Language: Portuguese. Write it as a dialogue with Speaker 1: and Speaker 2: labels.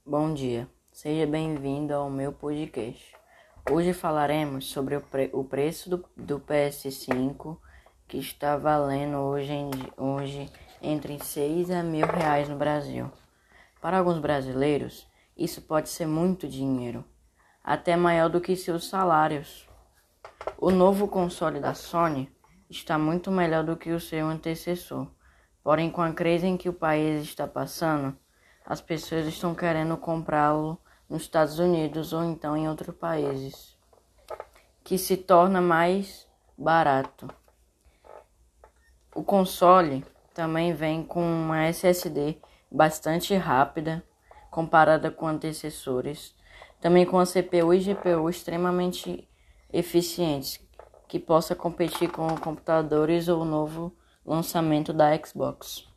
Speaker 1: Bom dia, seja bem-vindo ao meu podcast. Hoje falaremos sobre o preço do PS5 que está valendo hoje entre 6 a R$ 1.000 no Brasil. Para alguns brasileiros, isso pode ser muito dinheiro, até maior do que seus salários. O novo console da Sony está muito melhor do que o seu antecessor, porém com a crise em que o país está passando, as pessoas estão querendo comprá-lo nos Estados Unidos ou então em outros países, que se torna mais barato. O console também vem com uma SSD bastante rápida comparada com antecessores, também com a CPU e GPU extremamente eficientes, que possa competir com computadores ou o novo lançamento da Xbox.